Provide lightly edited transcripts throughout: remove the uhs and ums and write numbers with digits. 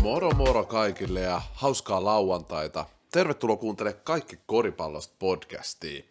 Moro moro kaikille ja hauskaa lauantaita. Tervetuloa kuuntelemaan Kaikki koripallosta podcastia.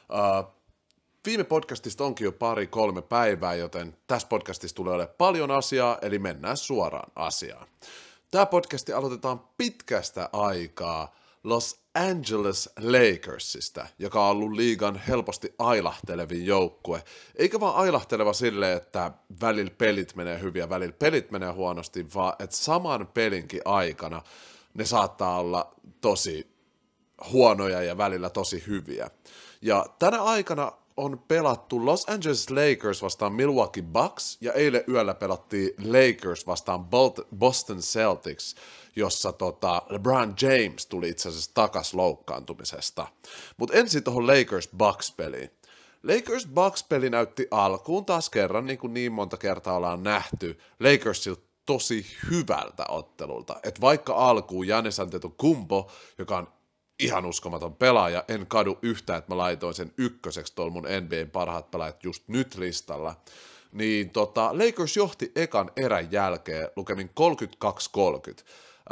Viime podcastista onkin jo 2-3 päivää, joten tässä podcastissa tulee olemaan paljon asiaa, eli mennään suoraan asiaan. Tämä podcasti aloitetaan pitkästä aikaa Los Angeles Lakersista, joka on ollut liigan helposti ailahtelevin joukkue. Eikä vaan ailahteleva silleen, että välillä pelit menee hyvin ja välillä pelit menee huonosti, vaan että saman pelinkin aikana ne saattaa olla tosi huonoja ja välillä tosi hyviä. Ja tänä aikana on pelattu Los Angeles Lakers vastaan Milwaukee Bucks, ja eilen yöllä pelattiin Lakers vastaan Boston Celtics, jossa LeBron James tuli itse asiassa takas loukkaantumisesta. Mutta ensin tuohon Lakers-Bucks-peliin. Lakers-Bucks-peli näytti alkuun taas kerran, niin kuin niin monta kertaa ollaan nähty, Lakersilta tosi hyvältä ottelulta. Et vaikka alkuun Giannis Antetokounmpo, joka on ihan uskomaton pelaaja, en kadu yhtään, että mä laitoin sen ykköseksi tuolla mun NBAn parhaat pelaajat just nyt listalla, niin Lakers johti ekan erän jälkeen lukemin 32-30.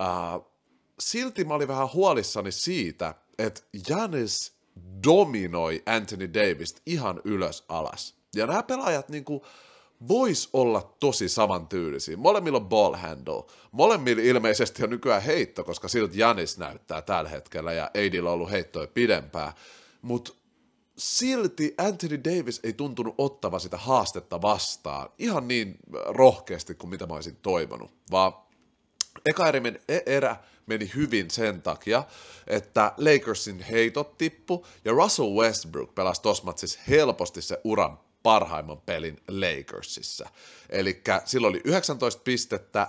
Silti mä olin vähän huolissani siitä, että Giannis dominoi Anthony Davista ihan ylös alas. Ja nämä pelaajat niinku vois olla tosi samantyylisiä. Molemmilla on ball handle. Molemmilla ilmeisesti on nykyään heitto, koska silti Giannis näyttää tällä hetkellä ja AD:llä on ollut heittoja pidempään. Mutta silti Anthony Davis ei tuntunut ottava sitä haastetta vastaan ihan niin rohkeasti kuin mitä mä olisin toivonut, vaan eka erä meni hyvin sen takia, että Lakersin heitot tippu ja Russell Westbrook pelasi tossa matsissa helposti se uran parhaimman pelin Lakersissa. Eli sillä oli 19 pistettä,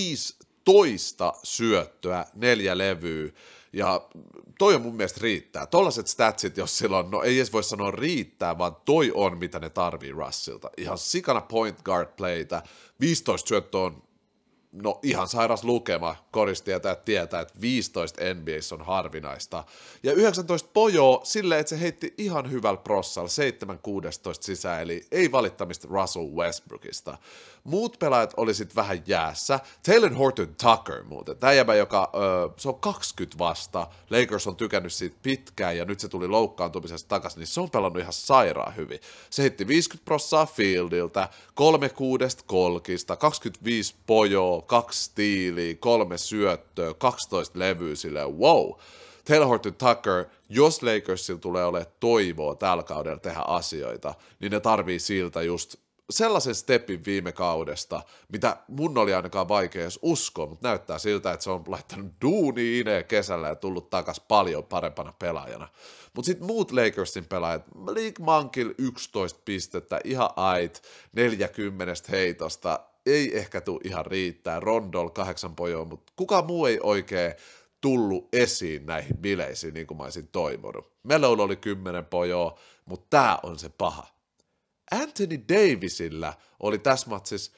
15 syöttöä, 4 levyä, ja toi on mun mielestä riittää. Tollaiset statsit, jos silloin, no ei edes voi sanoa riittää, vaan toi on, mitä ne tarvii Russilta. Ihan sikana point guard playtä, 15 syöttöä on no ihan sairas lukema, koristietäjät tietää, että 15 NBA:ssä on harvinaista. Ja 19 pojoa silleen, että se heitti ihan hyvällä prossalla, 7-16 sisään, eli ei valittamista Russell Westbrookista. Muut pelaajat oli sitten vähän jäässä. Taylor Horton Tucker muuten, tämä jäbä, joka se on 20 vasta, Lakers on tykännyt siitä pitkään ja nyt se tuli loukkaantumisesta takaisin, niin se on pelannut ihan sairaan hyvin. Se heitti 50% fieldiltä, 3-6 kolkista, 25 pojoa, 2 stiiliä, 3 syöttöä, 12 levyä silleen, wow. Taylor Horton Tucker, jos Lakersilla tulee olemaan toivoa tällä kaudella tehdä asioita, niin ne tarvii siltä just sellaisen stepin viime kaudesta, mitä mun oli ainakaan vaikea edes uskoa, mutta näyttää siltä, että se on laittanut duunia ineen kesällä ja tullut takas paljon parempana pelaajana. Mutta sitten muut Lakersin pelaajat, Malik Monkilla 11 pistettä, ihan ait, 40 heitosta, ei ehkä tule ihan riittää, Rondol 8 pojoa, mutta kukaan muu ei oikein tullut esiin näihin bileisiin, niin kuin mä olisin toivonut. Melolla oli 10 pojoa, mutta tää on se paha. Anthony Davisillä oli tässä matsissa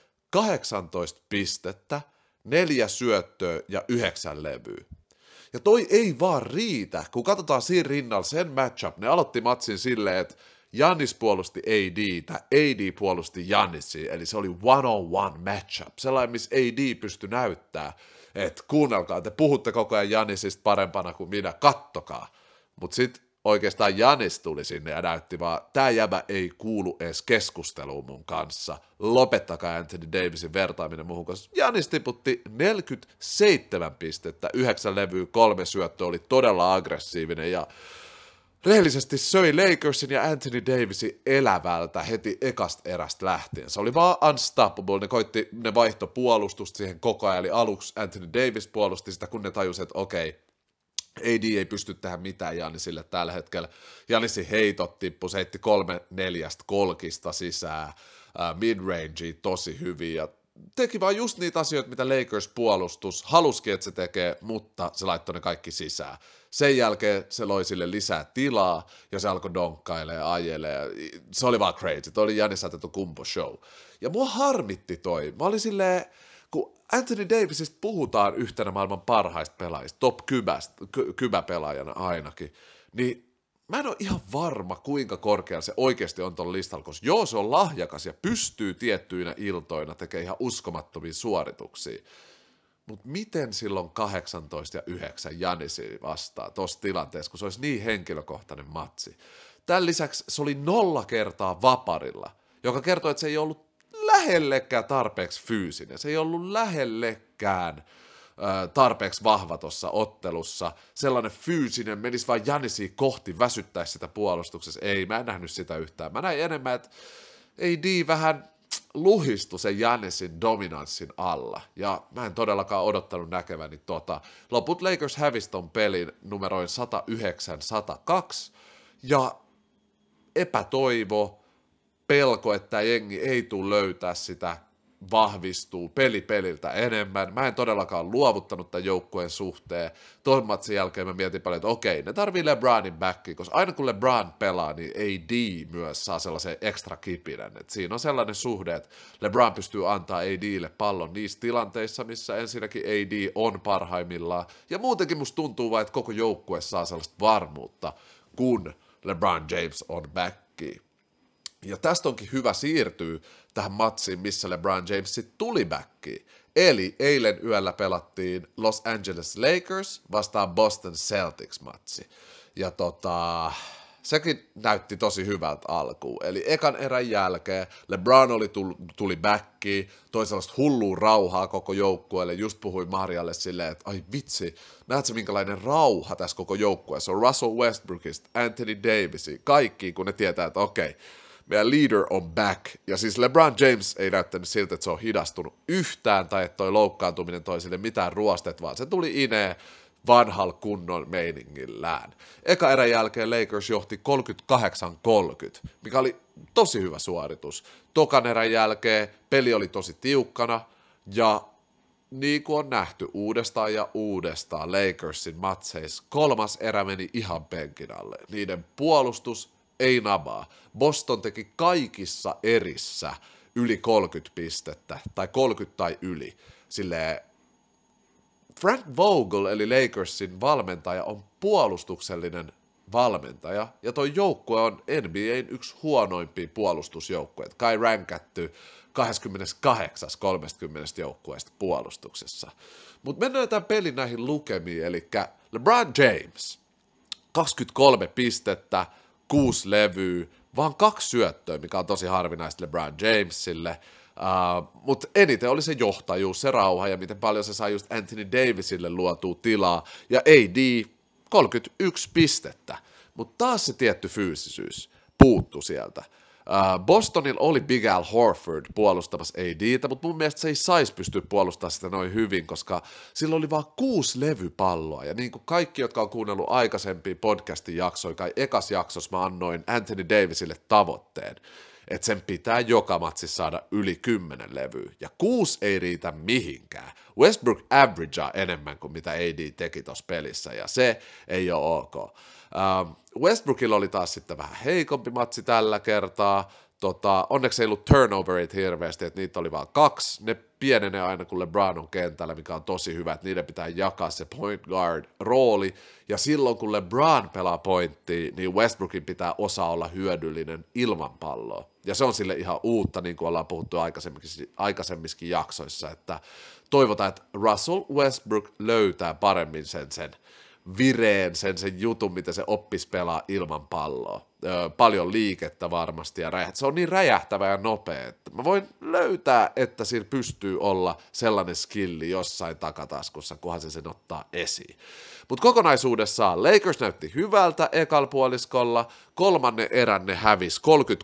18 pistettä, 4 syöttöä ja 9 levyä. Ja toi ei vaan riitä, kun katsotaan siinä rinnalla sen matchup, ne aloitti matsin silleen, että Giannis puolusti AD:tä, AD puolusti Giannisia, eli se oli one-on-one matchup, sellainen, missä AD pystyi näyttää, että kuunnelkaa, te puhutte koko ajan Giannisista parempana kuin minä, kattokaa. Mutta sitten oikeastaan Giannis tuli sinne ja näytti vaan, tää jäbä ei kuulu edes keskusteluun mun kanssa, lopettakaa Anthony Davisin vertaaminen muuhun, koska Giannis tiputti 47 pistettä, 9 levyä, 3 syöttöä, oli todella aggressiivinen ja rehellisesti söi Lakersin ja Anthony Davisin elävältä heti ekasta erästä lähtien. Se oli vaan unstoppable, ne vaihto puolustusta siihen koko ajan, eli aluksi Anthony Davis puolusti sitä, kun ne tajusi, että okei, AD ei pysty tehdä mitään Giannisille tällä hetkellä. Giannisin heitot tippui, se heitti 3-4 kolkista sisään, mid-rangea tosi hyvin ja teki vaan just niitä asioita, mitä Lakers puolustus halusikin, että se tekee, mutta se laittoi ne kaikki sisään. Sen jälkeen se loi sille lisää tilaa ja se alkoi donkkailemaan ja ajelemaan. Se oli vaan crazy. Toi oli Giannis Antetokounmpo show. Ja mua harmitti toi. Mä olin silleen, kun Anthony Davisista puhutaan yhtenä maailman parhaista pelaajista, top kybäpelaajana ainakin, niin mä en ole ihan varma, kuinka korkealla se oikeasti on tuolla listalla, koska joo, se on lahjakas ja pystyy tiettyinä iltoina tekemään ihan uskomattomia suorituksia. Mutta miten silloin 18 ja 9 Janisi vastaa tuossa tilanteessa, kun se olisi niin henkilökohtainen matsi. Tämän lisäksi se oli 0 kertaa vaparilla, joka kertoo, että se ei ollut lähellekään tarpeeksi fyysinen. Se ei ollut lähellekään tarpeeksi vahva tuossa ottelussa. Sellainen fyysinen menisi vain Janisia kohti, väsyttäisi sitä puolustuksessa. Ei, mä en nähnyt sitä yhtään. Mä näin enemmän, että AD vähän luhistui sen Giannisin dominanssin alla, ja mä en todellakaan odottanut näkeväni tota. Loput Lakers hävisi ton pelin numeroin 109-102, ja epätoivo, pelko, että jengi ei tule löytää sitä, vahvistuu peliltä enemmän. Mä en todellakaan luovuttanut tämän joukkueen suhteen. Tuon matsin jälkeen mä mietin paljon, että okei, ne tarvii LeBronin backia, koska aina kun LeBron pelaa, niin AD myös saa sellaisen ekstra kipinän. Et siinä on sellainen suhde, että LeBron pystyy antaa ADlle pallon niissä tilanteissa, missä ensinnäkin AD on parhaimmillaan. Ja muutenkin musta tuntuu vain, että koko joukkue saa sellaista varmuutta, kun LeBron James on backi. Ja tästä onkin hyvä siirtyä tähän matsiin, missä LeBron James sitten tuli backiin. Eli eilen yöllä pelattiin Los Angeles Lakers vastaan Boston Celtics matsi. Ja sekin näytti tosi hyvältä alkuun. Eli ekan erän jälkeen LeBron tuli backiin, toi sellaista hullua rauhaa koko joukkueelle. Just puhuin Marialle silleen, että ai vitsi, näetkö minkälainen rauha tässä koko joukkueessa on Russell Westbrookista, Anthony Davisia, kaikki, kun ne tietää, että okei, meidän leader on back, ja siis LeBron James ei näyttänyt siltä, että se on hidastunut yhtään, tai että toi loukkaantuminen toi sille mitään ruostet, vaan se tuli ineen vanhalla kunnon meiningillään. Eka erän jälkeen Lakers johti 38-30, mikä oli tosi hyvä suoritus. Tokan erän jälkeen peli oli tosi tiukkana, ja niin kuin on nähty uudestaan ja uudestaan Lakersin matseissa, kolmas erä meni ihan penkin alle. Niiden puolustus ei nabaa. Boston teki kaikissa erissä yli 30 pistettä, tai 30 tai yli. Silleen Frank Vogel, eli Lakersin valmentaja, on puolustuksellinen valmentaja, ja toi joukkue on NBA:n yksi huonoimpia puolustusjoukkueita, kai ränkätty 28 30 joukkueesta puolustuksessa. Mutta mennään tämän pelin näihin lukemiin, eli LeBron James, 23 pistettä, 6 levyä, vaan 2 syöttöä, mikä on tosi harvinaista LeBron Jamesille, mutta eniten oli se johtajuus, se rauha ja miten paljon se sai just Anthony Davisille luotua tilaa, ja AD 31 pistettä, mutta taas se tietty fyysisyys puuttu sieltä. Bostonilla oli Big Al Horford puolustamassa AD:tä, mutta mun mielestä se ei saisi pystyä puolustamaan sitä noin hyvin, koska sillä oli vaan 6 levypalloa, ja niin kuin kaikki, jotka on kuunnellut aikaisempia podcastin jaksoja, kai ekas jaksossa mä annoin Anthony Davisille tavoitteen, että sen pitää joka matsissa saada yli 10 levyä, ja 6 ei riitä mihinkään. Westbrook averagea enemmän kuin mitä AD teki tuossa pelissä, ja se ei ole ok. Westbrookilla oli taas sitten vähän heikompi matsi tällä kertaa, onneksi ei ollut turnoverit hirveästi, että niitä oli vaan 2, ne pienenee aina kun LeBron on kentällä, mikä on tosi hyvä, että niiden pitää jakaa se point guard rooli, ja silloin kun LeBron pelaa pointtia, niin Westbrookin pitää osaa olla hyödyllinen ilman palloa, ja se on sille ihan uutta, niin kuin ollaan puhuttu aikaisemmissakin jaksoissa, että toivotaan, että Russell Westbrook löytää paremmin sen vireen, sen jutun, miten se oppisi pelaa ilman palloa. Paljon liikettä varmasti ja se on niin räjähtävä ja nopea, että mä voin löytää, että sillä pystyy olla sellainen skilli jossain takataskussa, kunhan se sen ottaa esiin. Mutta kokonaisuudessaan Lakers näytti hyvältä ekalla puoliskolla, kolmannen erän ne hävisi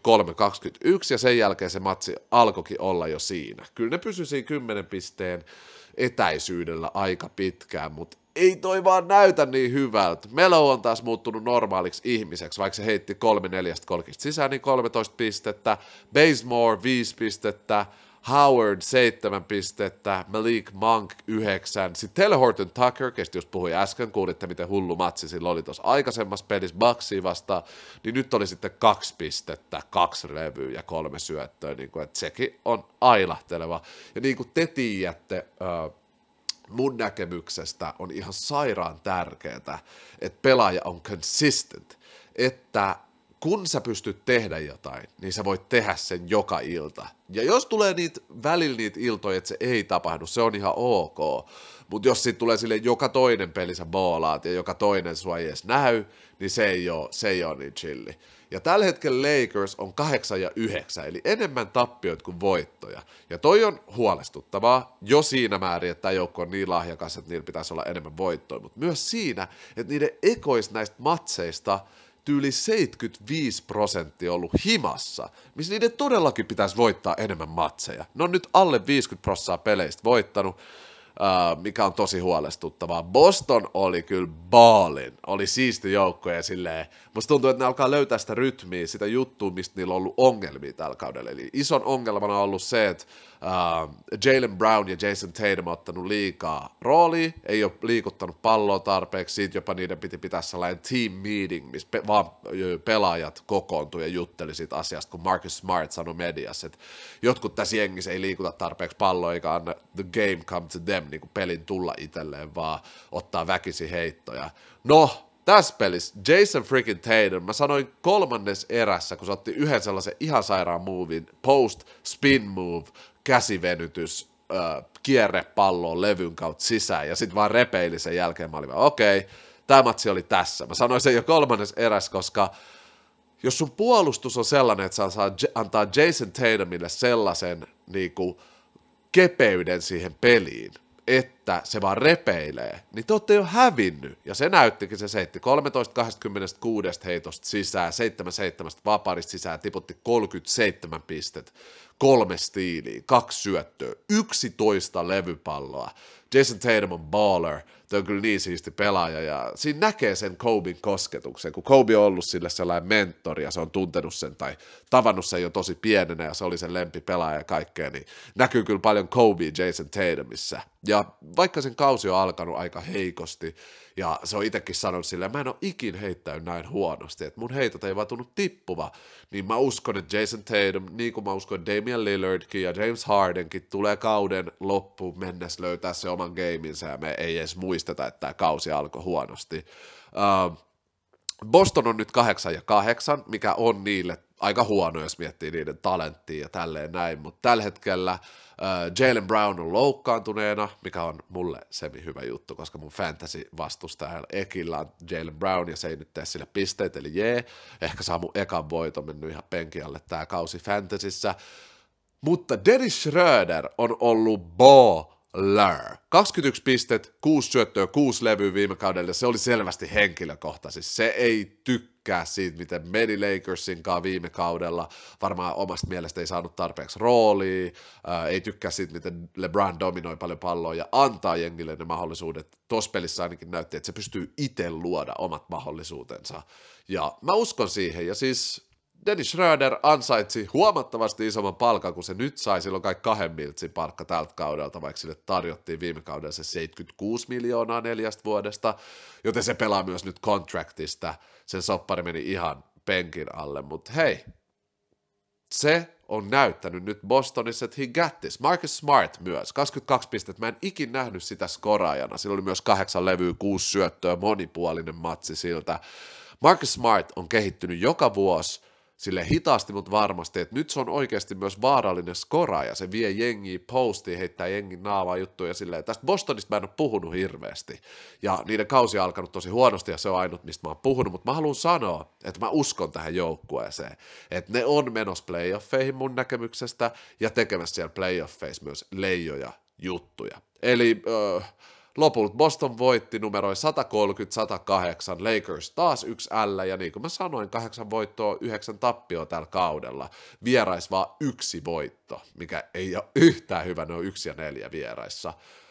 33-21 ja sen jälkeen se matsi alkoikin olla jo siinä. Kyllä ne pysyi siinä 10 pisteen etäisyydellä aika pitkään, mutta ei toi vaan näytä niin hyvältä. Melo on taas muuttunut normaaliksi ihmiseksi, vaikka se heitti 3-4 sisään, niin 13 pistettä, Bazemore 5 pistettä, Howard 7 pistettä, Malik Monk 9, sitten Taylor Horton Tucker, kestä just puhui äsken, kuulitte miten hullu matsi sillä oli tuossa aikaisemmassa pelissä Bucksia vastaan, niin nyt oli sitten 2 pistettä, 2 levyä ja 3 syöttöä, niin kuin, että sekin on ailahteleva. Ja niin kuin te tiedätte, mun näkemyksestä on ihan sairaan tärkeää, että pelaaja on consistent, että kun sä pystyt tehdä jotain, niin sä voit tehdä sen joka ilta. Ja jos tulee välillä niitä iltoja, että se ei tapahdu, se on ihan ok. Mutta jos siitä tulee silleen joka toinen peli sä boolaat ja joka toinen sua ei edes näy, niin se ei ole niin chilli. Ja tällä hetkellä Lakers on 8-9, eli enemmän tappioita kuin voittoja. Ja toi on huolestuttavaa jo siinä määrin, että tämä joukko on niin lahjakas, että niillä pitäisi olla enemmän voittoja. Mutta myös siinä, että niiden ekois näistä matseista tyyli 75% ollut himassa, missä niiden todellakin pitäisi voittaa enemmän matseja. Ne on nyt alle 50% peleistä voittanut, mikä on tosi huolestuttavaa. Boston oli kyllä ballin, oli siisti joukko ja silleen, musta tuntuu, että ne alkaa löytää sitä rytmiä, sitä juttua, mistä niillä on ollut ongelmia tällä kaudella. Eli ison ongelmana on ollut se, että Jaylen Brown ja Jason Tatum on ottanut liikaa roolia, ei ole liikuttanut palloa tarpeeksi, siitä jopa niiden piti pitää sellainen team meeting, missä vaan pelaajat kokoontui ja jutteli siitä asiasta, kun Marcus Smart sanoi mediassa, että jotkut tässä jengissä ei liikuta tarpeeksi palloa, eikä anna the game come to them, niin kuin pelin tulla itselleen, vaan ottaa väkisin heittoja. No, tässä pelissä Jason freaking Tatum, mä sanoin 3. erässä, kun se otti yhden sellaisen ihan sairaan movin, post spin move, käsivenytys, kierre palloon levyn kautta sisään, ja sitten vaan repeili sen jälkeen, mä olin vaan, okei, tämä matsi oli tässä. Mä sanoin sen jo 3. erässä, koska jos sun puolustus on sellainen, että saa antaa Jason Tatumille sellaisen niinku kepeyden siihen peliin, että se vaan repeilee, niin te olette jo hävinnyt. Ja se näyttikin, se seitti 13-26 heitosta sisään, 7-7 vaparista sisään, tiputti 37 pistet, 3 stiiliä, 2 syöttöä, 11 levypalloa. Jason Tatum on baller, toi on kyllä niin siisti pelaaja, ja siinä näkee sen Koben kosketuksen, kun Kobe on ollut sille sellainen mentori, ja se on tuntenut sen tai tavannut sen jo tosi pienenä, ja se oli sen lempipelaaja ja kaikkea, niin näkyy kyllä paljon Kobe Jason Tatumissa. Ja vaikka sen kausi on alkanut aika heikosti, ja se on itsekin sanonut silleen, mä en ole ikin heittänyt näin huonosti, että mun heitot ei vaan tunnu tippuva, niin mä uskon, että Jason Tatum, niin kuin mä uskon, että Damian Lillardkin ja James Hardenkin tulee kauden loppuun mennessä löytää se oman gameinsa, ja me ei edes muisteta, että tämä kausi alkoi huonosti. Boston on nyt 8-8, mikä on niille aika huono, jos miettii niiden talenttia ja tälleen näin, mutta tällä hetkellä Jaylen Brown on loukkaantuneena, mikä on mulle semi-hyvä juttu, koska mun fantasy-vastustajalla Ekillä on Jaylen Brown, ja se ei nyt tee sille pisteet, eli ehkä saa mun ekan voiton mennyt ihan penkialle tää kausi fantasyssä, mutta Dennis Schröder on ollut baller. 21 pistet, 6 syöttöä, 6 levyä viime kaudella, se oli selvästi henkilökohtaisesti. Se ei tykkää siitä, miten meni Lakersin kanssa viime kaudella. Varmaan omasta mielestä ei saanut tarpeeksi roolia, ei tykkää siitä, miten LeBron dominoi paljon palloa ja antaa jengille ne mahdollisuudet. Tuossa pelissä ainakin näytti, että se pystyy itse luoda omat mahdollisuutensa. Ja mä uskon siihen, ja siis Dennis Schröder ansaitsi huomattavasti isomman palkan, kun se nyt sai silloin kai 2 miltsin palkka tältä kaudelta, vaikka sille tarjottiin viime kaudella se 76 miljoonaa 4 vuodesta, joten se pelaa myös nyt contractista. Sen soppari meni ihan penkin alle, mutta hei, se on näyttänyt nyt Bostonissa, että he got this. Marcus Smart myös, 22 pistettä, mä en ikin nähnyt sitä skoraajana, sillä oli myös 8 levyä, 6 syöttöä, monipuolinen matsi siltä. Marcus Smart on kehittynyt joka vuosi sille hitaasti, mutta varmasti, että nyt se on oikeasti myös vaarallinen skoraaja, se vie jengiä postiin, heittää jengin naavaa juttuja silleen, tästä Bostonista mä en ole puhunut hirveästi, ja niiden kausi on alkanut tosi huonosti, ja se on ainut, mistä mä oon puhunut, mutta mä haluan sanoa, että mä uskon tähän joukkueeseen, että ne on menossa playoffeihin mun näkemyksestä, ja tekemässä siellä playoffeissa myös leijoja juttuja, eli lopulta Boston voitti numeroi 130-108, Lakers taas 1 L, ja niin kuin mä sanoin, 8 voittoa, 9 tappioa tällä kaudella. Vierais vaan 1 voitto, mikä ei ole yhtään hyvä, ne on 1 ja 4 vieraissa.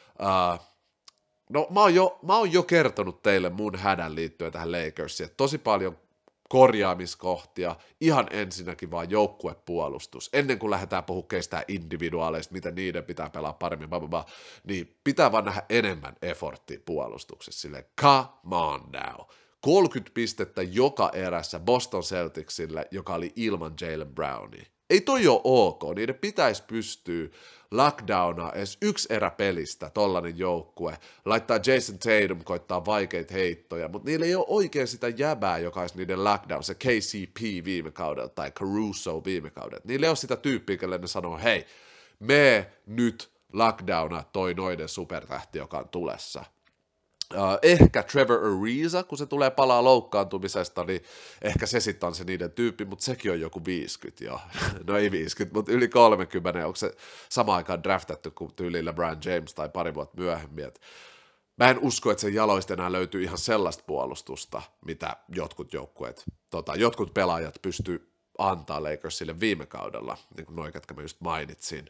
No mä oon jo kertonut teille mun hädän liittyen tähän Lakersiin, että tosi paljon korjaamiskohtia, ihan ensinnäkin vaan joukkuepuolustus. Ennen kuin lähdetään puhumaan keistää individuaaleista, miten niiden pitää pelaa paremmin, niin pitää vaan nähdä enemmän efforttia puolustuksessa. Silleen, come on now. 30 pistettä joka erässä Boston Celticsille, joka oli ilman Jaylen Brownia. Ei toi ole ok, niiden pitäisi pystyä lockdownaa edes yksi erä pelistä, tollanen joukkue, laittaa Jason Tatum koittaa vaikeita heittoja, mutta niillä ei ole oikein sitä jäbää, joka olisi niiden lockdown, se KCP viime kaudella tai Caruso viime kaudella. Niillä ei ole sitä tyyppiä, kelle ne sanoo, hei, me nyt lockdowna toi noiden supertähti, joka on tulessa. Ehkä Trevor Ariza, kun se tulee palaa loukkaantumisesta, niin ehkä se sitten on se niiden tyyppi, mutta sekin on joku 50 jo. No ei 50, mutta yli 30, onko se samaan aikaan draftattu kuin tyyli LeBron James tai pari vuotta myöhemmin. Mä en usko, että sen jaloista enää löytyy ihan sellaista puolustusta, mitä jotkut joukkueet, jotkut pelaajat pystyy antaa Lakersille viime kaudella, niin kuin noi, ketkä mä just mainitsin.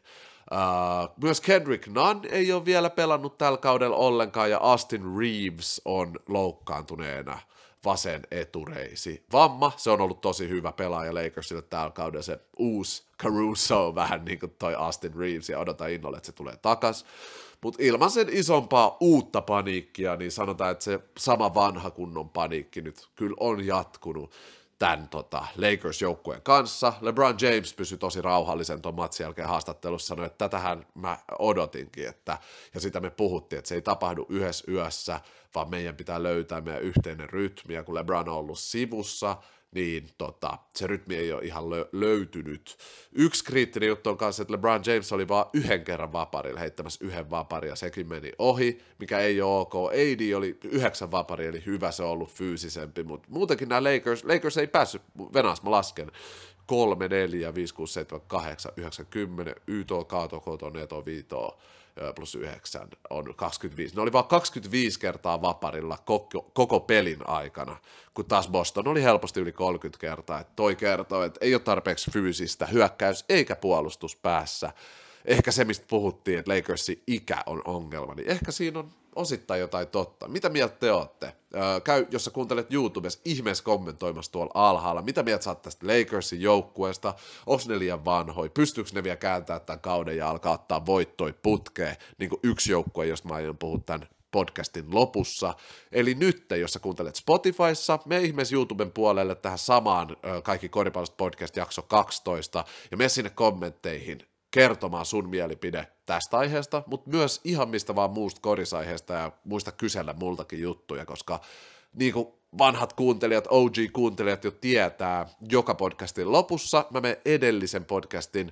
Myös Kendrick Nunn ei ole vielä pelannut tällä kaudella ollenkaan, ja Austin Reeves on loukkaantuneena vasen etureisi. Vamma, se on ollut tosi hyvä pelaaja Lakersille tällä kaudella, se uusi Caruso, vähän niin kuin toi Austin Reeves, ja odotan innolla, että se tulee takas. Mutta ilman sen isompaa uutta paniikkia, niin sanotaan, että se sama vanha kunnon paniikki nyt kyllä on jatkunut tämän Lakers-joukkueen kanssa. LeBron James pysyi tosi rauhallisen tuon matsin jälkeen haastattelussa, sanoi, että tätähän mä odotinkin, ja sitä me puhuttiin, että se ei tapahdu yhdessä yössä, vaan meidän pitää löytää meidän yhteinen rytmi, ja kun LeBron on ollut sivussa, niin se rytmi ei ole ihan löytynyt. Yksi kriittinen juttu on kanssa, että LeBron James oli vaan yhden kerran vaparilla, heittämässä yhden vaparin, ja sekin meni ohi, mikä ei ole ok. AD oli 9 vaparia, eli hyvä, se on ollut fyysisempi, mutta muutenkin nämä Lakers ei päässyt, Venas mä lasken, 3, 4, 5, 6, 7, 8, 9, 10, YTO, Kaato, Koto, Neto, Viito, plus 9 on 25. Ne oli vaan 25 kertaa vaparilla koko pelin aikana, kun taas Boston oli helposti yli 30 kertaa. Et toi kertoo, että ei ole tarpeeksi fyysistä hyökkäys eikä puolustus päässä. Ehkä se, mistä puhuttiin, että Lakersin ikä on ongelma, niin ehkä siinä on osittain jotain totta. Mitä mieltä te olette? Käy, jos sä kuuntelet YouTubessa, ihmeessä kommentoimassa tuolla alhaalla. Mitä mieltä sä oot tästä Lakersin joukkueesta? Onko ne liian vanhoja? Pystyykö ne vielä kääntämään tämän kauden ja alkaa ottaa voittoi putkeen? Niin kuin yksi joukkue, josta mä aion puhua tämän podcastin lopussa. Eli nyt, jos sä kuuntelet Spotifyssa, mene ihmeessä YouTuben puolelle tähän samaan Kaikki koripallosta podcast jakso 12 ja mene sinne kommentteihin kertomaan sun mielipide tästä aiheesta, mutta myös ihan mistä vaan muusta korisaiheesta ja muista kysellä multakin juttuja, koska niin kuin vanhat kuuntelijat, OG-kuuntelijat jo tietää, joka podcastin lopussa mä menen edellisen podcastin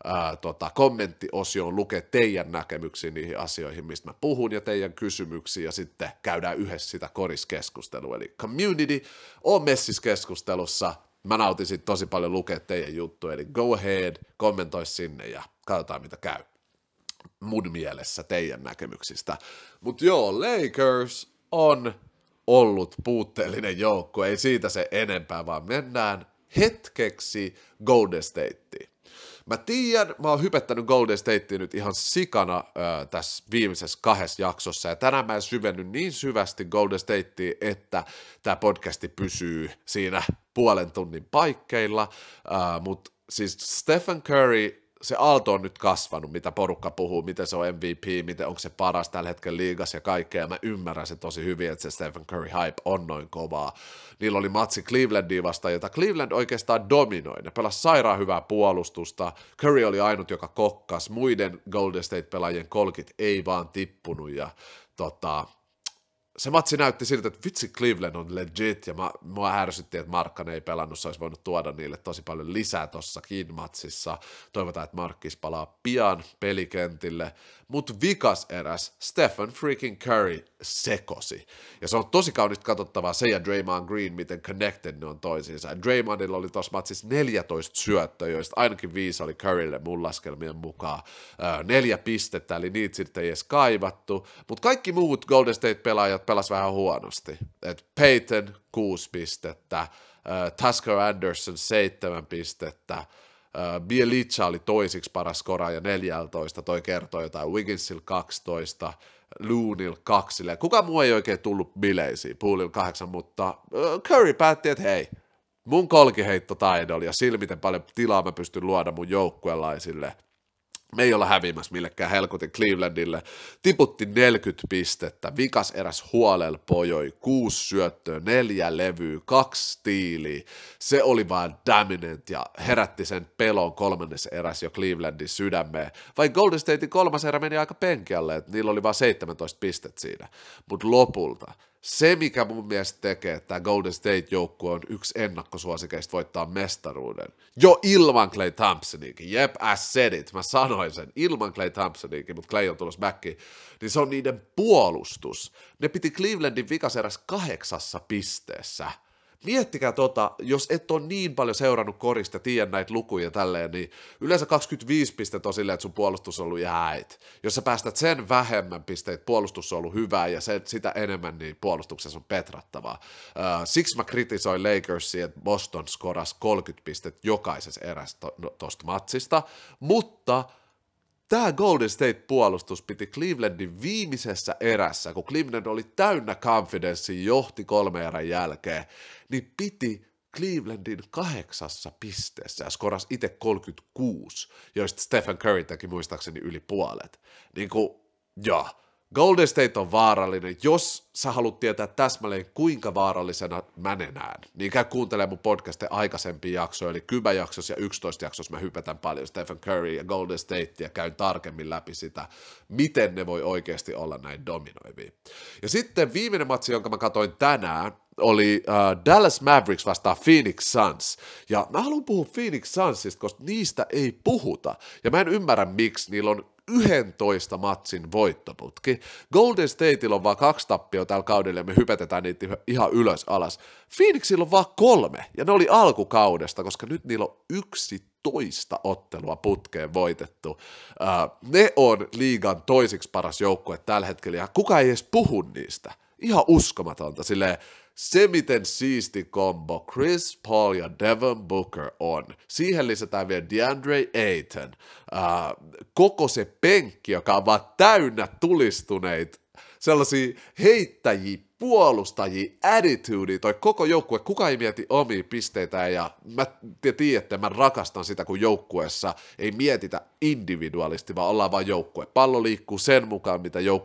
kommenttiosioon lukee teidän näkemyksiä niihin asioihin, mistä mä puhun, ja teidän kysymyksiä, ja sitten käydään yhdessä sitä koriskeskustelua. Eli community on messiskeskustelussa. Mä nautisin tosi paljon lukea teidän juttuja, eli go ahead, kommentoi sinne ja katsotaan mitä käy mun mielessä teidän näkemyksistä. Mutta joo, Lakers on ollut puutteellinen joukko, ei siitä se enempää, vaan mennään hetkeksi Golden Stateen. Mä tiedän, mä oon hypettänyt Golden Statea nyt ihan sikana tässä viimeisessä 2 jaksossa, ja tänään mä en syvennyt niin syvästi Golden Statea, että tää podcasti pysyy siinä puolen tunnin paikkeilla, mutta siis Stephen Curry, se aalto on nyt kasvanut, mitä porukka puhuu, miten se on MVP, miten onko se paras tällä hetkellä liigassa ja kaikkea, ja mä ymmärrän se tosi hyvin, että se Stephen Curry hype on noin kovaa. Niillä oli matsi Clevelandia vastaan, jota Cleveland oikeastaan dominoi. Ne pelasi sairaan hyvää puolustusta, Curry oli ainut, joka kokkas, muiden Golden State-pelaajien kolkit ei vaan tippunut, ja se matsi näytti siltä, että vitsi Cleveland on legit, ja mua ärsytti, että Markkanen ei pelannut, se olisi voinut tuoda niille tosi paljon lisää tossakin matsissa. Toivotaan, että Markkis palaa pian pelikentille, mutta vikas eräs Stephen freaking Curry sekosi. Ja se on tosi kaunista katsottavaa se ja Draymond Green, miten connected ne on toisiinsa. Draymondilla oli tuossa matsissa 14 syöttöä, joista ainakin 5 oli Currylle mun laskelmien mukaan. 4 pistettä, eli niitä sitten ei edes kaivattu, mutta kaikki muut Golden State-pelaajat pelas vähän huonosti. Et Peyton 6 pistettä, Tusker Anderson 7 pistettä, Bjelica oli toisiksi paras skoraaja 14, toi kertoo jotain, Wigginsilla 12, Loonilla 2, kukaan muu ei oikein tullut bileisiin, Poolilla 8, mutta Curry päätti, että hei, mun kolkiheittotaidolla ja sillä, miten paljon tilaa mä pystyn luoda mun joukkuelaisille, Me ei olla häviämässä millekään helkutin Clevelandille. Tiputti 40 pistettä, vikas eräs huolella pojoi, 6 syöttöä, 4 levyä, 2 stiiliä. Se oli vaan dominant ja herätti sen pelon kolmannes eräs jo Clevelandin sydämeen. Vai Golden Statein kolmas erä meni aika penkialle, että niillä oli vaan 17 pistettä siinä. Mutta lopulta se, mikä mun mielestä tekee, että tämä Golden State-joukkue on yksi ennakkosuosikeista voittaa mestaruuden. Jo ilman Klay Thompsoniakin. Jep, I said it. Mä sanoin sen. Ilman Klay Thompsoniakin, mutta Klay on tulossa backiin. Niin se on niiden puolustus. Ne piti Clevelandin vikaserässä 8 pisteessä. Miettikää jos et ole niin paljon seurannut korista, tiedä näitä lukuja tälleen, niin yleensä 25 pistettä on silleen, että sun puolustus on ollut jäät. Jos sä päästät sen vähemmän pisteitä, puolustus on ollut hyvää ja sitä enemmän, niin puolustuksessa on petrattavaa. Siksi mä kritisoin Lakersia, että Boston skorasi 30 pistettä jokaisessa erässä tosta matsista, mutta tämä Golden State-puolustus piti Clevelandin viimeisessä erässä, kun Cleveland oli täynnä confidence, johti 3 erän jälkeen, niin piti Clevelandin 8 pisteessä ja skorasi itse 36, joista Stephen Curry teki muistaakseni yli puolet. Golden State on vaarallinen. Jos sä haluat tietää täsmälleen, kuinka vaarallisena mä ne näen, niin käy kuuntelemaan mun podcastin aikaisempia jaksoja, eli 10 jaksossa ja 11 jaksossa mä hypätän paljon Stephen Curry ja Golden State ja käyn tarkemmin läpi sitä, miten ne voi oikeasti olla näin dominoivia. Ja sitten viimeinen matsi, jonka mä katsoin tänään, oli Dallas Mavericks vastaan Phoenix Suns. Ja mä haluan puhua Phoenix Sunsista, koska niistä ei puhuta. Ja mä en ymmärrä, miksi niillä on 11 matsin voittoputki. Golden Stateilla on vaan 2 tappioa tällä kaudella ja me hypätetään niitä ihan ylös alas. Phoenixilla on vaan 3 ja ne oli alkukaudesta, koska nyt niillä on 11 ottelua putkeen voitettu. Ne on liigan toisiksi paras joukkue tällä hetkellä ja kukaan ei edes puhu niistä. Ihan uskomatonta, silleen se miten siisti kombo Chris Paul ja Devin Booker on. Siihen lisätään vielä DeAndre Ayton. Koko se penkki, joka on vaan täynnä tulistuneita sellaisia heittäjiä, puolustajia, attitudea, toi koko joukkue, kukaan ei mieti omia pisteitä ja mä tiedän, että mä rakastan sitä, kun joukkueessa ei mietitä individuaalisti, vaan ollaan vaan joukkue. Pallo liikkuu sen mukaan,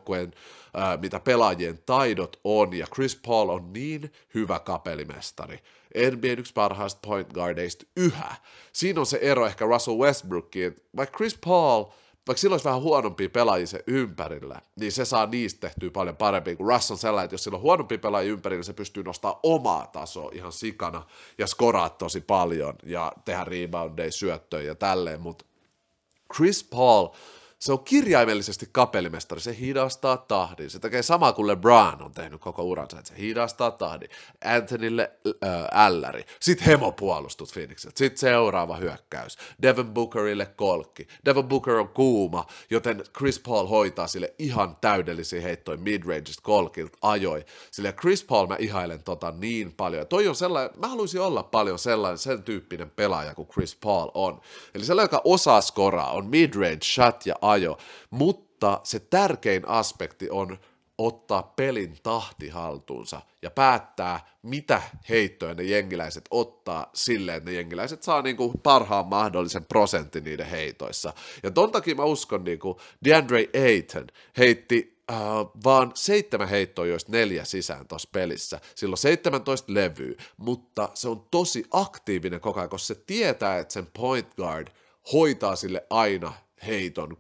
mitä pelaajien taidot on, ja Chris Paul on niin hyvä kapelimestari. NBA:n yksi parhaista point guardeista yhä. Siinä on se ero ehkä Russell Westbrookiin, että vaikka Chris Paul, vaikka sillä olisi vähän huonompia pelaajia sen ympärillä, niin se saa niistä tehtyä paljon parempia, kuin Russ on sellainen, että jos sillä on huonompia pelaajia ympärillä, se pystyy nostamaan omaa tasoa ihan sikana, ja skoraa tosi paljon, ja tehdä reboundeja, syöttöjä ja tälleen, mutta Chris Paul, se on kirjaimellisesti kapelimestari, se hidastaa tahdin, se tekee samaa kuin LeBron on tehnyt koko uransa, että se hidastaa tahdin, Anthonylle älläri, sitten hemopuolustut Phoenixilta, sitten seuraava hyökkäys, Devin Bookerille kolkki, Devin Booker on kuuma, joten Chris Paul hoitaa sille ihan täydellisiä heittoja midrangeista kolkilta ajoi, sille Chris Paul mä ihailen niin paljon, ja toi on sellainen, mä haluaisin olla paljon sen tyyppinen pelaaja kuin Chris Paul on, eli sellainen, joka osaa skoraa, on midrange, shot ja ajo, mutta se tärkein aspekti on ottaa pelin tahti haltuunsa ja päättää, mitä heittoja ne jengiläiset ottaa silleen, että ne jengiläiset saa niinku parhaan mahdollisen prosentin niiden heitoissa. Ja ton takia mä uskon, niinku DeAndre Ayton heitti vaan 7 heittoa, joista 4 sisään tuossa pelissä. Sillä on 17 levyä, mutta se on tosi aktiivinen koko ajan, koska se tietää, että sen point guard hoitaa sille aina heiton,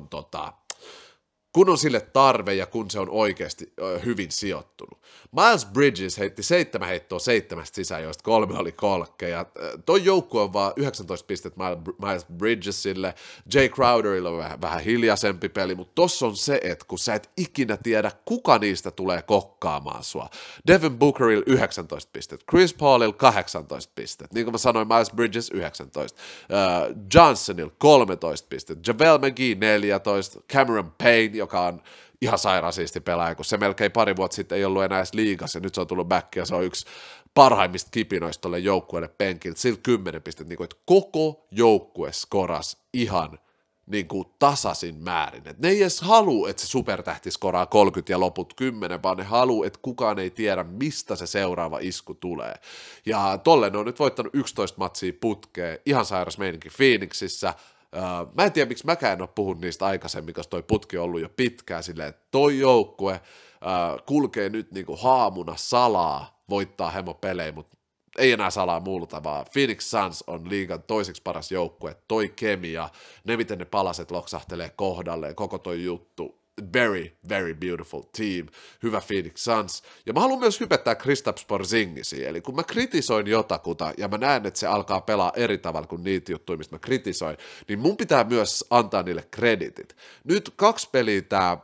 kun on sille tarve ja kun se on oikeasti hyvin sijoittunut. Miles Bridges heitti 7 heittoa 7 sisään, joista 3 oli kolkkeja. Toi joukkue on vaan 19 pistettä Miles Bridgesille. Jay Crowderilla on vähän hiljaisempi peli, mutta tossa on se, että kun sä et ikinä tiedä, kuka niistä tulee kokkaamaan sua. Devin Bookerilla 19 pistettä, Chris Paulilla 18 pistettä, niin kuin mä sanoin, Miles Bridges 19, Johnsonilla 13 pistettä, JaVale McGee 14, Cameron Payne, joka on ihan sairaan siisti pelaaja, kun se melkein pari vuotta sitten ei ollut enää edes liigassa, ja nyt se on tullut back, ja se on yksi parhaimmista kipinoista tuolle joukkueelle penkille, sillä 10 pistettä, niin kuin, että koko joukkue skoras ihan niin kuin tasaisin määrin. Et ne ei edes halua, että se supertähti skoraa 30 ja loput 10, vaan ne haluaa, että kukaan ei tiedä, mistä se seuraava isku tulee. Ja tolleen ne on nyt voittanut 11 matsia putkeen, ihan sairas meininki Phoenixissä. Mä en tiedä, miksi mäkään en ole puhunut niistä aikaisemmin, koska toi putki on ollut jo pitkään silleen, että toi joukkue kulkee nyt niinku haamuna salaa, voittaa hemopelejä, mutta ei enää salaa muuta, vaan Phoenix Suns on liigan toiseksi paras joukkue, toi kemia, ne miten ne palaset loksahtelee kohdalleen, koko toi juttu, very, very beautiful team, hyvä Phoenix Suns, ja mä haluan myös hypettää Kristaps Porzingisia, eli kun mä kritisoin jotakuta, ja mä näen, että se alkaa pelaa eri tavalla kuin niitä juttuja, mistä mä kritisoin, niin mun pitää myös antaa niille kreditit. Nyt 2 peliä tää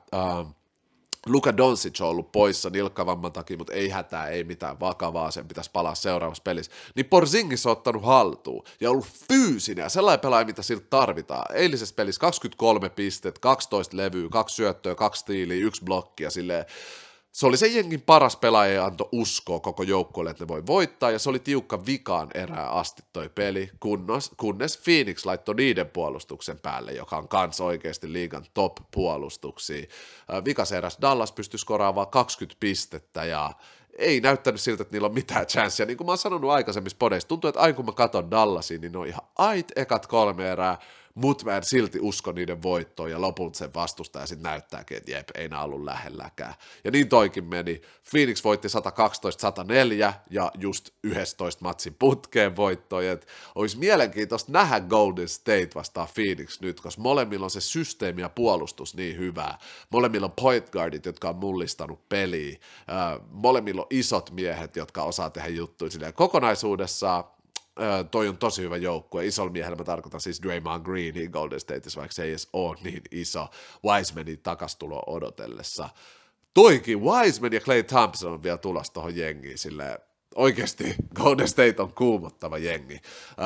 Luka Doncic on ollut poissa nilkkavamman takia, mutta ei hätää, ei mitään vakavaa, sen pitäisi palaa seuraavassa pelissä. Niin Porzingis on ottanut haltuun ja ollut fyysinen ja sellainen pelaaja, mitä siltä tarvitaan. Eilisessä pelissä 23 pistet, 12 levyä, 2 syöttöä, 2 tiiliä, 1 blokki ja silleen. Se oli sen jengin paras pelaaja ja antoi uskoa koko joukkueelle, että ne voi voittaa, ja se oli tiukka vikaan erää asti toi peli, kunnes Phoenix laittoi niiden puolustuksen päälle, joka on kans oikeasti liigan top-puolustuksia. Vikas eräs Dallas pystyi skoraamaan 20 pistettä, ja ei näyttänyt siltä, että niillä on mitään chanssia. Niin kuin mä oon sanonut aikaisemmissa podeissa, tuntuu, että aina kun mä katson Dallasia, niin ne on ihan ekat 3 erää, mutta mä en silti usko niiden voittoon, ja lopulta sen vastustaja sitten näyttääkin, että jep, ei nää ollut lähelläkään. Ja niin toikin meni. Phoenix voitti 112-104, ja just 11 matsin putkeen voittoja. Olisi mielenkiintoista nähdä Golden State vastaan Phoenix nyt, koska molemmilla on se systeemi ja puolustus niin hyvää. Molemmilla on point guardit, jotka on mullistanut peliä. Molemmilla on isot miehet, jotka osaa tehdä juttuja. Silleen kokonaisuudessaan toi on tosi hyvä joukkue. Isolla miehellä mä tarkoitan siis Draymond Greenin Golden Stateissa, vaikka se ei edes ole niin iso Wisemanin takastulo odotellessa. Toikin Wiseman ja Klay Thompson on vielä tulossa tuohon jengiin, silleen oikeasti Golden State on kuumottava jengi.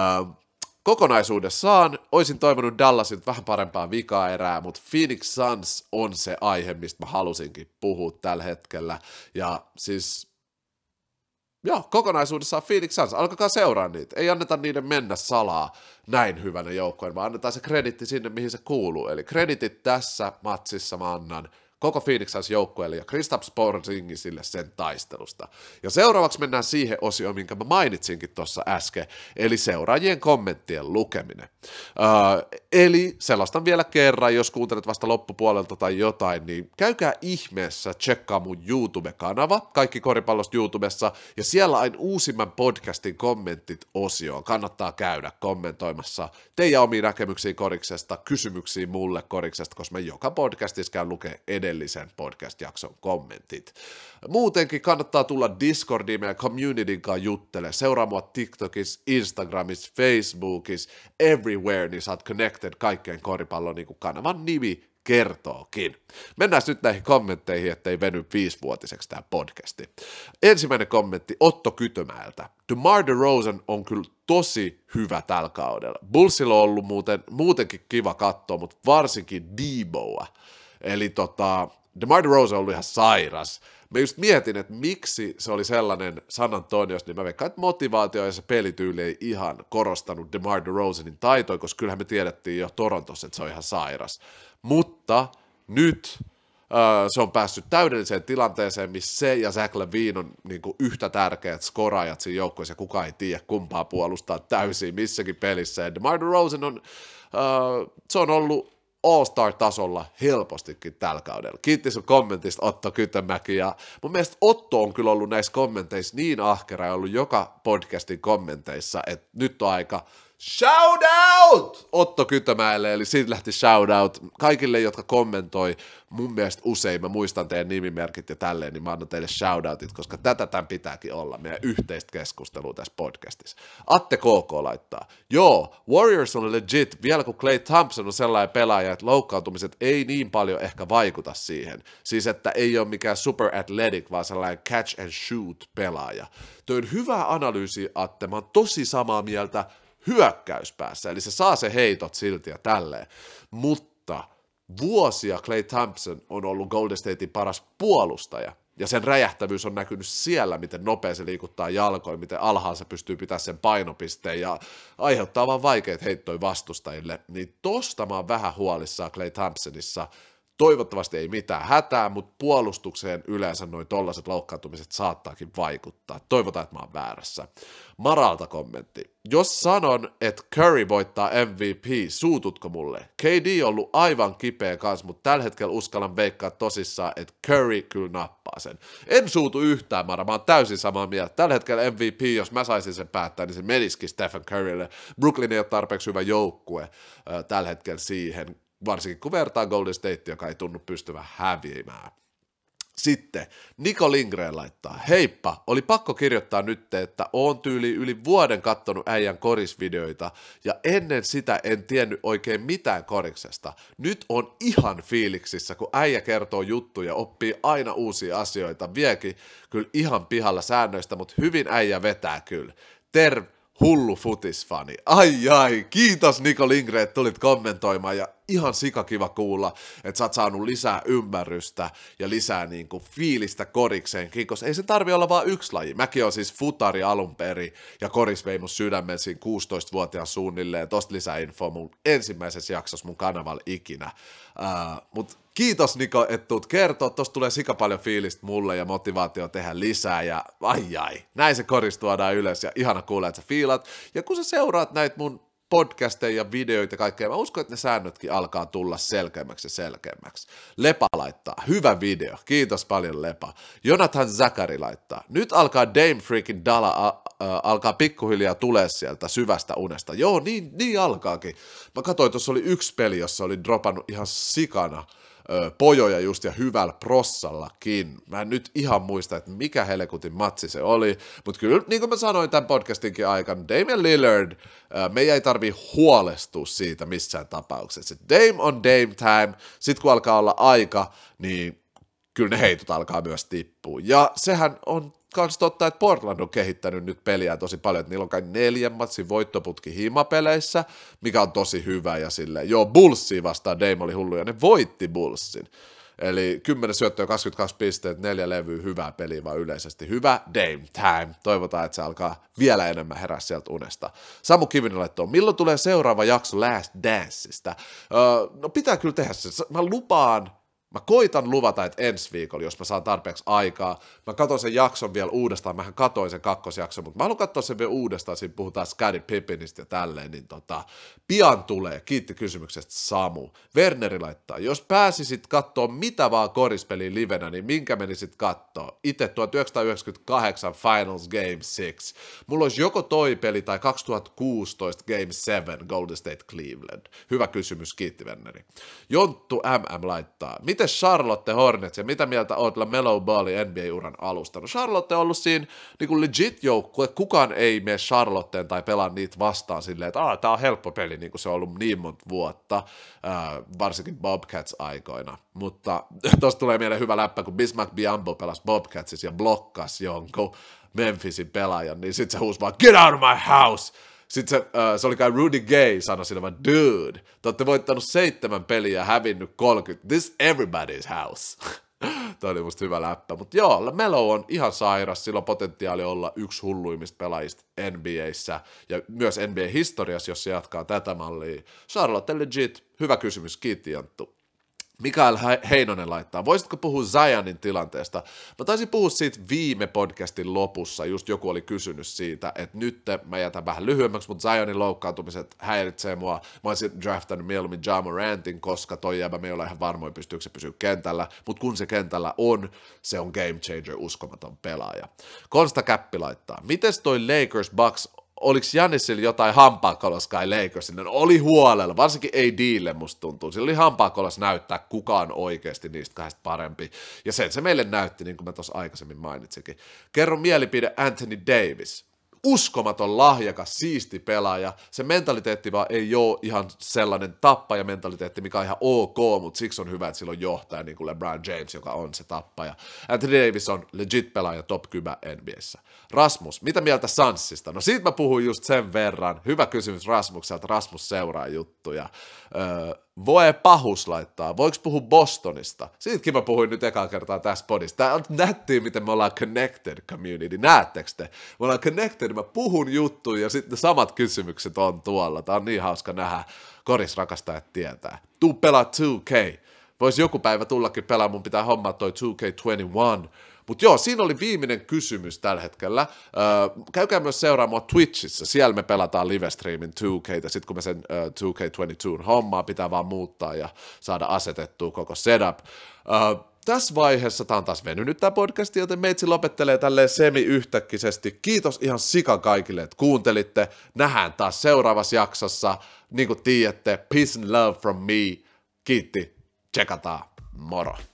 Kokonaisuudessaan olisin toivonut Dallasilta vähän parempaa vika-erää, mutta Phoenix Suns on se aihe, mistä mä halusinkin puhua tällä hetkellä, ja siis joo, kokonaisuudessaan Phoenix Suns, alkakaa seuraa niitä, ei anneta niiden mennä salaa näin hyvänä joukkoen, vaan annetaan se kreditti sinne, mihin se kuuluu, eli kreditit tässä matsissa mä annan koko Phoenix Suns joukkueelle ja Kristaps Porzingisille sen taistelusta. Ja seuraavaksi mennään siihen osioon, minkä mä mainitsinkin tuossa äsken, eli seuraajien kommenttien lukeminen. Eli sellaistan vielä kerran, jos kuuntelet vasta loppupuolelta tai jotain, niin käykää ihmeessä tsekkaa mun YouTube-kanava, kaikki koripallosta YouTubessa, ja siellä aina uusimman podcastin kommentit-osioon kannattaa käydä kommentoimassa teidän omia näkemyksiä koriksesta, kysymyksiä mulle koriksesta, koska mä joka podcastissa käyn lukee edellisen podcast-jakson kommentit. Muutenkin kannattaa tulla Discordiin meidän communityn kanssa juttelemaan. Seuraa mua TikTokissa, Instagramissa, Facebookissa, everywhere, niin saat connected kaikkeen koripallon, niin kuin kanavan nimi kertookin. Mennään nyt näihin kommentteihin, ettei veny 5-vuotiseksi tämä podcasti. Ensimmäinen kommentti Otto Kytömäeltä. DeMar DeRozan on kyllä tosi hyvä tällä kaudella. Bullsilla on ollut muutenkin kiva katsoa, mutta varsinkin Deboa. Eli DeMar DeRozan on ollut ihan sairas. Mä just mietin, että miksi se oli sellainen San Antonios, niin mä veikkaan, että motivaatio ja se pelityyli ei ihan korostanut DeMar DeRozanin taitoja, koska kyllähän me tiedettiin jo Torontossa, että se on ihan sairas. Mutta nyt se on päässyt täydelliseen tilanteeseen, missä se ja Zach LaVine on niin kuin yhtä tärkeät skoraajat siinä joukkueessa, ja kukaan ei tiedä kumpaa puolustaa täysin missäkin pelissä. Ja DeMar DeRozan on, se on ollut All-Star-tasolla helpostikin tällä kaudella. Kiitti sun kommentista, Otto Kytömäki, ja mun mielestä Otto on kyllä ollut näissä kommenteissa niin ahkera ja ollut joka podcastin kommenteissa, että nyt on aika shout out Otto Kytömäelle, eli siitä lähti shout out kaikille, jotka kommentoi mun mielestä usein, mä muistan teidän nimimerkit ja tälleen, niin mä annan teille shoutoutit, koska tätä tämän pitääkin olla, meidän yhteistä keskustelua tässä podcastissa. Atte KK laittaa, joo, Warriors on legit, vielä kun Klay Thompson on sellainen pelaaja, että loukkaantumiset ei niin paljon ehkä vaikuta siihen, siis että ei ole mikään super athletic, vaan sellainen catch and shoot pelaaja. Tuo on hyvä analyysi, Atte, mä oon tosi samaa mieltä hyökkäyspäässä, eli se saa se heitot silti ja tälleen, mutta vuosia Klay Thompson on ollut Golden Statein paras puolustaja, ja sen räjähtävyys on näkynyt siellä, miten nopea se liikuttaa jalkoja, miten alhaalla se pystyy pitämään sen painopisteen, ja aiheuttaa vaan vaikeat heittoja vastustajille, niin tosta mä oon vähän huolissaan Klay Thompsonissa. Toivottavasti ei mitään hätää, mutta puolustukseen yleensä noin tollaiset loukkaantumiset saattaakin vaikuttaa. Toivotaan, että mä oon väärässä. Maralta kommentti. Jos sanon, että Curry voittaa MVP, suututko mulle? KD on ollut aivan kipeä kanssa, mutta tällä hetkellä uskallan veikkaa tosissaan, että Curry kyllä nappaa sen. En suutu yhtään, Mara, mä oon täysin samaa mieltä. Tällä hetkellä MVP, jos mä saisin sen päättää, niin se menisikin Stephen Currylle. Brooklyn ei ole tarpeeksi hyvä joukkue tällä hetkellä siihen, varsinkin kun vertaa Golden State, joka ei tunnu pystyvän häviämään. Sitten Niko Lindgren laittaa, heippa, oli pakko kirjoittaa nyt, että oon yli vuoden kattonut äijän korisvideoita, ja ennen sitä en tiennyt oikein mitään koriksesta. Nyt on ihan fiiliksissä, kun äijä kertoo juttuja, oppii aina uusia asioita, viekin kyllä ihan pihalla säännöistä, mutta hyvin äijä vetää kyllä. Hullu futisfani. Ai, kiitos Niko Lindgren, että tulit kommentoimaan ja ihan sikakiva kuulla, että sä oot saanut lisää ymmärrystä ja lisää niinku fiilistä korikseenkin, koska ei se tarvi olla vaan yksi laji. Mäkin on siis futari alun perin ja koris vei mun sydämen siinä 16-vuotiaan suunnilleen. Tosta lisää infoa mun ensimmäisessä jaksossa mun kanavalla ikinä. Mut kiitos Niko, että tuut kertoa. Tosta tulee sika paljon fiilistä mulle ja motivaatio tehdä lisää ja ai, näin se koris tuodaan ylös ja ihana kuulla, että sä fiilat. Ja kun sä seuraat näitä mun podcasteja ja videoita ja kaikkea, mä uskon, että ne säännötkin alkaa tulla selkeämmäksi ja selkeämmäksi. Lepa laittaa, hyvä video, kiitos paljon Lepa. Jonathan Zakari laittaa, nyt alkaa Dame Freakin Dala alkaa pikkuhiljaa tulee sieltä syvästä unesta. Joo, niin alkaakin. Mä katsoin, tuossa oli yksi peli, jossa oli dropannut ihan sikana pojoja just ja hyvällä prossallakin. Mä en nyt ihan muista, että mikä helekutin matsi se oli, mutta kyllä, niin kuin mä sanoin tämän podcastinkin aikana, Damian Lillard, meidän ei tarvii huolestua siitä missään tapauksessa. Dame on Dame time, sit kun alkaa olla aika, niin kyllä ne heitot alkaa myös tippua. Ja sehän on kans totta, että Portland on kehittänyt nyt peliä tosi paljon, että niillä on kai 4 matsin voittoputki himapeleissä, mikä on tosi hyvä, ja silleen, Bullsia vastaan Dame oli hullu, ja ne voitti Bullsin. Eli 10 syöttöä, 22 pisteet, 4 levyä, hyvää peliä vaan yleisesti. Hyvä Dame time. Toivotaan, että se alkaa vielä enemmän herää sieltä unesta. Samu Kivinen laittoi, milloin tulee seuraava jakso Last Danceista? No pitää kyllä tehdä se. Mä koitan luvata, että ensi viikolla, jos mä saan tarpeeksi aikaa. Mä katson sen jakson vielä uudestaan, mähän katoin sen kakkosjakson, mutta mä haluan katsoa sen vielä uudestaan, siinä puhutaan Scottie Pippenistä ja tälleen, niin pian tulee. Kiitti kysymyksestä Samu. Werneri laittaa, jos pääsisit katsoa mitä vaan korispeliin livenä, niin minkä menisit katsoa? Itse 1998 Finals Game 6. Mulla olisi joko toi peli tai 2016 Game 7 Golden State Cleveland. Hyvä kysymys, kiitti Werneri. Jonttu MM laittaa, miten Charlotte Hornets ja mitä mieltä oot LaMelo Ballin NBA-uran alusta? No Charlotte on ollut siinä niin legit joukkue, kukaan ei mene Charlotteen tai pelaa niitä vastaan silleen, että tää on helppo peli, niin kuin se on ollut niin monta vuotta, varsinkin Bobcats-aikoina. Mutta tosta tulee mieleen hyvä läppä, kun Bismack Biyombo pelasi Bobcatsissa ja blokkasi jonkun Memphisin pelaajan, niin sit se huusi vaan, get out of my house! Sitten se oli kai Rudy Gay sanoi sille vaan, dude, te olette voittanut 7 peliä ja hävinnyt 30, this everybody's house. Toi oli musta hyvä läppä, mutta joo, Melo on ihan sairas, sillä on potentiaali olla yksi hulluimmista pelaajista NBA:ssä ja myös NBA-historiassa, jos se jatkaa tätä mallia. Charlotte legit, hyvä kysymys, kiitti Janttu. Mikael Heinonen laittaa, voisitko puhua Zionin tilanteesta? Mä taisin puhua siitä viime podcastin lopussa, just joku oli kysynyt siitä, että nyt mä jätän vähän lyhyemmäksi, mutta Zionin loukkaantumiset häiritsee mua. Mä olisin draftannut mieluummin Ja Morantin, koska toi jäbä me ei ole ihan varmoin, pystyykö se pysyä kentällä, mutta kun se kentällä on, se on game changer, uskomaton pelaaja. Konsta Käppi laittaa, mites toi Lakers Bucks, oliko Giannisilla jotain hampaakolos kai Lakersille? No, oli huolella, varsinkin AD:lle musta tuntuu. Sillä oli hampaakolos näyttää kukaan oikeasti niistä 2 parempi. Ja sen se meille näytti, niin kuin mä tuossa aikaisemmin mainitsikin. Kerro mielipide Anthony Davis. Uskomaton lahjakas, siisti pelaaja. Se mentaliteetti vaan ei ole ihan sellainen tappajamentaliteetti, mikä on ihan ok, mutta siksi on hyvä, että sillä on johtaja, niin kuin LeBron James, joka on se tappaja. Anthony Davis on legit pelaaja, top 10 NBA:ssä. Rasmus, mitä mieltä Sunsista? No siitä mä puhuin just sen verran. Hyvä kysymys Rasmukselta. Rasmus seuraa juttuja. Voe Pahus laittaa, voiko puhua Bostonista? Siitäkin mä puhuin nyt ekaa kertaa tässä podissa. Tää on nättiä, miten me ollaan connected community. Näettekö te? Me ollaan connected, mä puhun juttuja ja sitten samat kysymykset on tuolla. Tää on niin hauska nähdä. Korisrakastajat tietää. Tuu pelaa 2K. Voisi joku päivä tullakin pelaa, mun pitää hommaa toi 2K21. Mutta joo, siinä oli viimeinen kysymys tällä hetkellä. Käykää myös seuraamaan Twitchissä, siellä me pelataan livestreamin 2K:tä, sitten kun me sen 2K22 hommaa pitää vaan muuttaa ja saada asetettua koko setup. Tässä vaiheessa tää on taas venynyt tää podcasti, joten meitsi lopettelee tälleen semi-yhtäkkisesti. Kiitos ihan sika kaikille, että kuuntelitte. Nähdään taas seuraavassa jaksossa. Niin kuin tiedätte, peace and love from me. Kiitti. Tsekataan. Moro.